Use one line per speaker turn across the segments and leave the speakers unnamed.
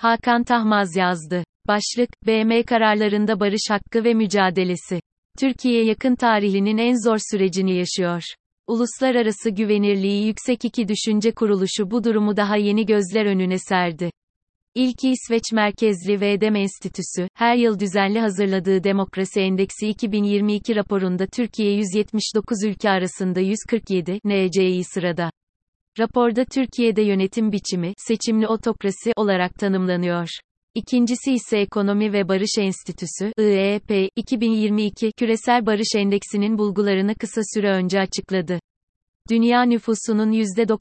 Hakan Tahmaz yazdı. Başlık, BM kararlarında barış hakkı ve mücadelesi. Türkiye yakın tarihinin en zor sürecini yaşıyor. Uluslararası güvenirliği yüksek iki düşünce kuruluşu bu durumu daha yeni gözler önüne serdi. İlki İsveç merkezli VDEM Enstitüsü, her yıl düzenli hazırladığı Demokrasi Endeksi 2022 raporunda Türkiye 179 ülke arasında 147 NCİ sırada. Raporda Türkiye'de yönetim biçimi, seçimli otokrasi olarak tanımlanıyor. İkincisi ise Ekonomi ve Barış Enstitüsü, IEP, 2022 Küresel Barış Endeksinin bulgularını kısa süre önce açıkladı. Dünya nüfusunun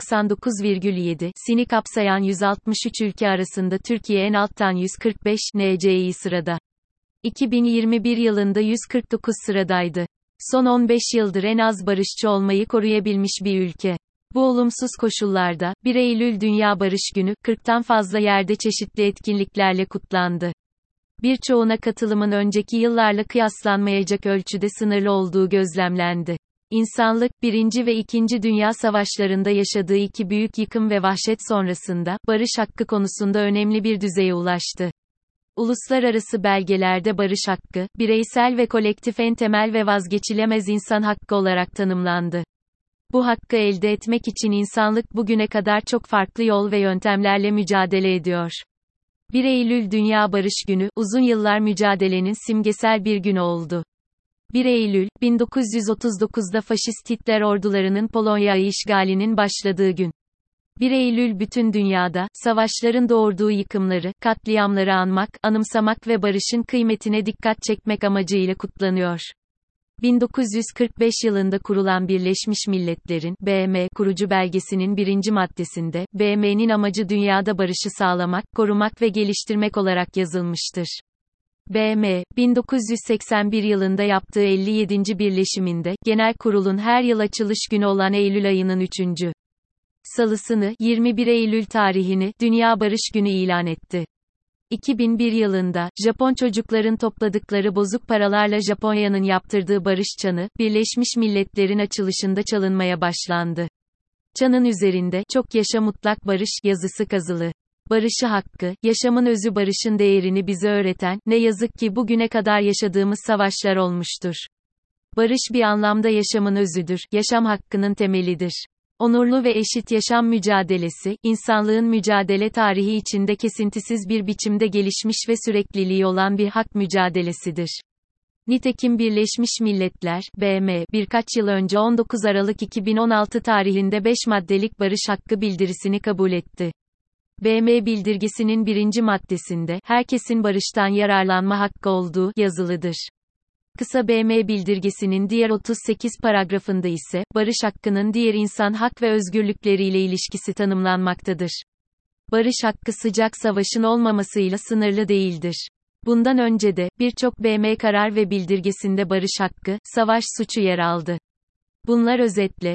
%99,7'sini kapsayan 163 ülke arasında Türkiye en alttan 145 NCİ sırada. 2021 yılında 149 sıradaydı. Son 15 yıldır en az barışçı olmayı koruyabilmiş bir ülke. Bu olumsuz koşullarda, 1 Eylül Dünya Barış Günü, 40'tan fazla yerde çeşitli etkinliklerle kutlandı. Birçoğuna katılımın önceki yıllarla kıyaslanmayacak ölçüde sınırlı olduğu gözlemlendi. İnsanlık, 1. ve 2. Dünya Savaşlarında yaşadığı iki büyük yıkım ve vahşet sonrasında, barış hakkı konusunda önemli bir düzeye ulaştı. Uluslararası belgelerde barış hakkı, bireysel ve kolektif en temel ve vazgeçilemez insan hakkı olarak tanımlandı. Bu hakkı elde etmek için insanlık bugüne kadar çok farklı yol ve yöntemlerle mücadele ediyor. 1 Eylül Dünya Barış Günü, uzun yıllar mücadelenin simgesel bir günü oldu. 1 Eylül, 1939'da faşist Hitler ordularının Polonya'yı işgalinin başladığı gün. 1 Eylül bütün dünyada, savaşların doğurduğu yıkımları, katliamları anmak, anımsamak ve barışın kıymetine dikkat çekmek amacıyla kutlanıyor. 1945 yılında kurulan Birleşmiş Milletler'in, BM, kurucu belgesinin 1. maddesinde, BM'nin amacı dünyada barışı sağlamak, korumak ve geliştirmek olarak yazılmıştır. BM, 1981 yılında yaptığı 57. birleşiminde, Genel Kurul'un her yıl açılış günü olan Eylül ayının 3. salısını, 21 Eylül tarihini, Dünya Barış Günü ilan etti. 2001 yılında, Japon çocukların topladıkları bozuk paralarla Japonya'nın yaptırdığı barış çanı, Birleşmiş Milletler'in açılışında çalınmaya başlandı. Çanın üzerinde, "Çok yaşa mutlak barış" yazısı kazılı. Barışı hakkı, yaşamın özü barışın değerini bize öğreten, ne yazık ki bugüne kadar yaşadığımız savaşlar olmuştur. Barış bir anlamda yaşamın özüdür, yaşam hakkının temelidir. Onurlu ve eşit yaşam mücadelesi, insanlığın mücadele tarihi içinde kesintisiz bir biçimde gelişmiş ve sürekliliği olan bir hak mücadelesidir. Nitekim Birleşmiş Milletler, BM, birkaç yıl önce 19 Aralık 2016 tarihinde 5 maddelik barış hakkı bildirisini kabul etti. BM bildirgesinin 1. maddesinde, herkesin barıştan yararlanma hakkı olduğu, yazılıdır. Kısa BM bildirgesinin diğer 38 paragrafında ise, barış hakkının diğer insan hak ve özgürlükleriyle ilişkisi tanımlanmaktadır. Barış hakkı sıcak savaşın olmamasıyla sınırlı değildir. Bundan önce de, birçok BM karar ve bildirgesinde barış hakkı, savaş suçu yer aldı. Bunlar özetle,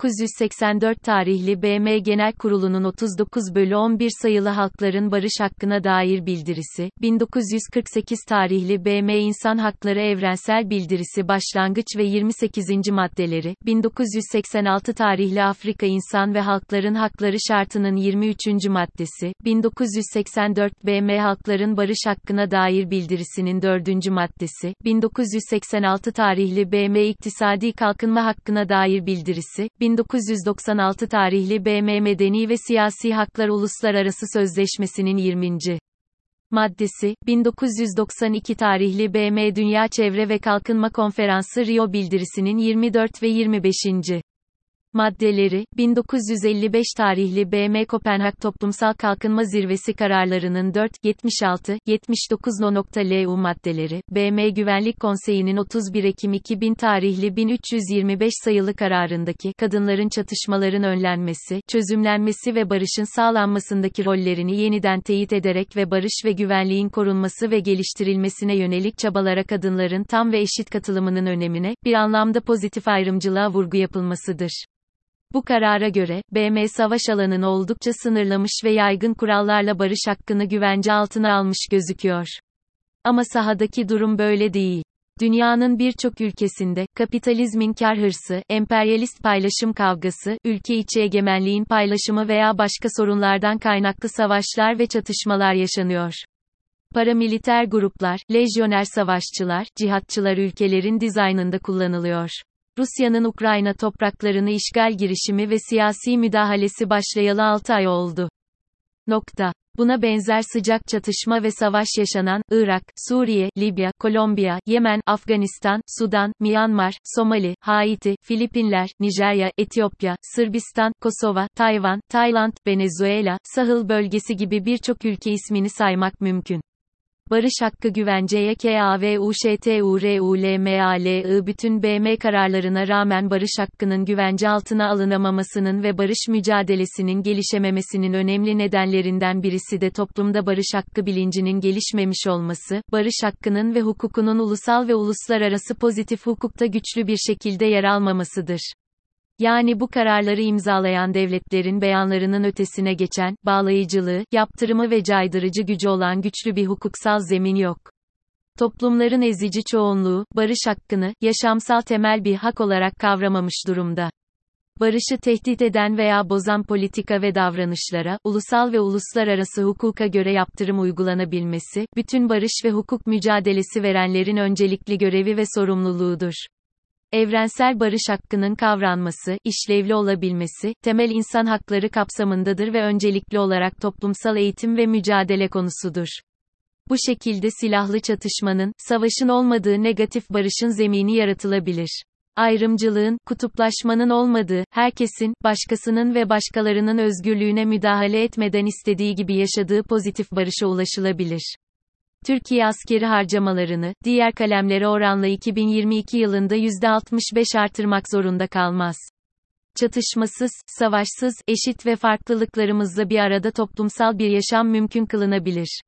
1984 tarihli BM Genel Kurulu'nun 39/11 sayılı Halkların Barış Hakkına dair bildirisi, 1948 tarihli BM İnsan Hakları Evrensel Bildirisi başlangıç ve 28. maddeleri, 1986 tarihli Afrika İnsan ve Halkların Hakları Şartı'nın 23. maddesi, 1984 BM Halkların Barış Hakkına dair bildirisinin 4. maddesi, 1986 tarihli BM İktisadi Kalkınma Hakkına dair bildirisi, 1996 tarihli BM Medeni ve Siyasi Haklar Uluslararası Sözleşmesi'nin 20. maddesi, 1992 tarihli BM Dünya Çevre ve Kalkınma Konferansı Rio Bildirisi'nin 24 ve 25. maddeleri, 1955 tarihli BM Kopenhag Toplumsal Kalkınma Zirvesi kararlarının 4, 76, 79 No.lu maddeleri, BM Güvenlik Konseyi'nin 31 Ekim 2000 tarihli 1325 sayılı kararındaki, kadınların çatışmaların önlenmesi, çözümlenmesi ve barışın sağlanmasındaki rollerini yeniden teyit ederek ve barış ve güvenliğin korunması ve geliştirilmesine yönelik çabalara kadınların tam ve eşit katılımının önemine, bir anlamda pozitif ayrımcılığa vurgu yapılmasıdır. Bu karara göre, BM savaş alanını oldukça sınırlamış ve yaygın kurallarla barış hakkını güvence altına almış gözüküyor. Ama sahadaki durum böyle değil. Dünyanın birçok ülkesinde, kapitalizmin kar hırsı, emperyalist paylaşım kavgası, ülke içi egemenliğin paylaşımı veya başka sorunlardan kaynaklı savaşlar ve çatışmalar yaşanıyor. Paramiliter gruplar, lejyoner savaşçılar, cihatçılar ülkelerin dizaynında kullanılıyor. Rusya'nın Ukrayna topraklarını işgal girişimi ve siyasi müdahalesi başlayalı 6 ay oldu. Buna benzer sıcak çatışma ve savaş yaşanan, Irak, Suriye, Libya, Kolombiya, Yemen, Afganistan, Sudan, Myanmar, Somali, Haiti, Filipinler, Nijerya, Etiyopya, Sırbistan, Kosova, Tayvan, Tayland, Venezuela, Sahil bölgesi gibi birçok ülke ismini saymak mümkün. Barış hakkı güvenceye KAVUŞTURULMALI bütün BM kararlarına rağmen barış hakkının güvence altına alınamamasının ve barış mücadelesinin gelişememesinin önemli nedenlerinden birisi de toplumda barış hakkı bilincinin gelişmemiş olması, barış hakkının ve hukukunun ulusal ve uluslararası pozitif hukukta güçlü bir şekilde yer almamasıdır. Yani bu kararları imzalayan devletlerin beyanlarının ötesine geçen, bağlayıcılığı, yaptırımı ve caydırıcı gücü olan güçlü bir hukuksal zemin yok. Toplumların ezici çoğunluğu, barış hakkını, yaşamsal temel bir hak olarak kavramamış durumda. Barışı tehdit eden veya bozan politika ve davranışlara, ulusal ve uluslararası hukuka göre yaptırım uygulanabilmesi, bütün barış ve hukuk mücadelesi verenlerin öncelikli görevi ve sorumluluğudur. Evrensel barış hakkının kavranması, işlevli olabilmesi, temel insan hakları kapsamındadır ve öncelikli olarak toplumsal eğitim ve mücadele konusudur. Bu şekilde silahlı çatışmanın, savaşın olmadığı negatif barışın zemini yaratılabilir. Ayrımcılığın, kutuplaşmanın olmadığı, herkesin, başkasının ve başkalarının özgürlüğüne müdahale etmeden istediği gibi yaşadığı pozitif barışa ulaşılabilir. Türkiye askeri harcamalarını, diğer kalemlere oranla 2022 yılında %65 artırmak zorunda kalmaz. Çatışmasız, savaşsız, eşit ve farklılıklarımızla bir arada toplumsal bir yaşam mümkün kılınabilir.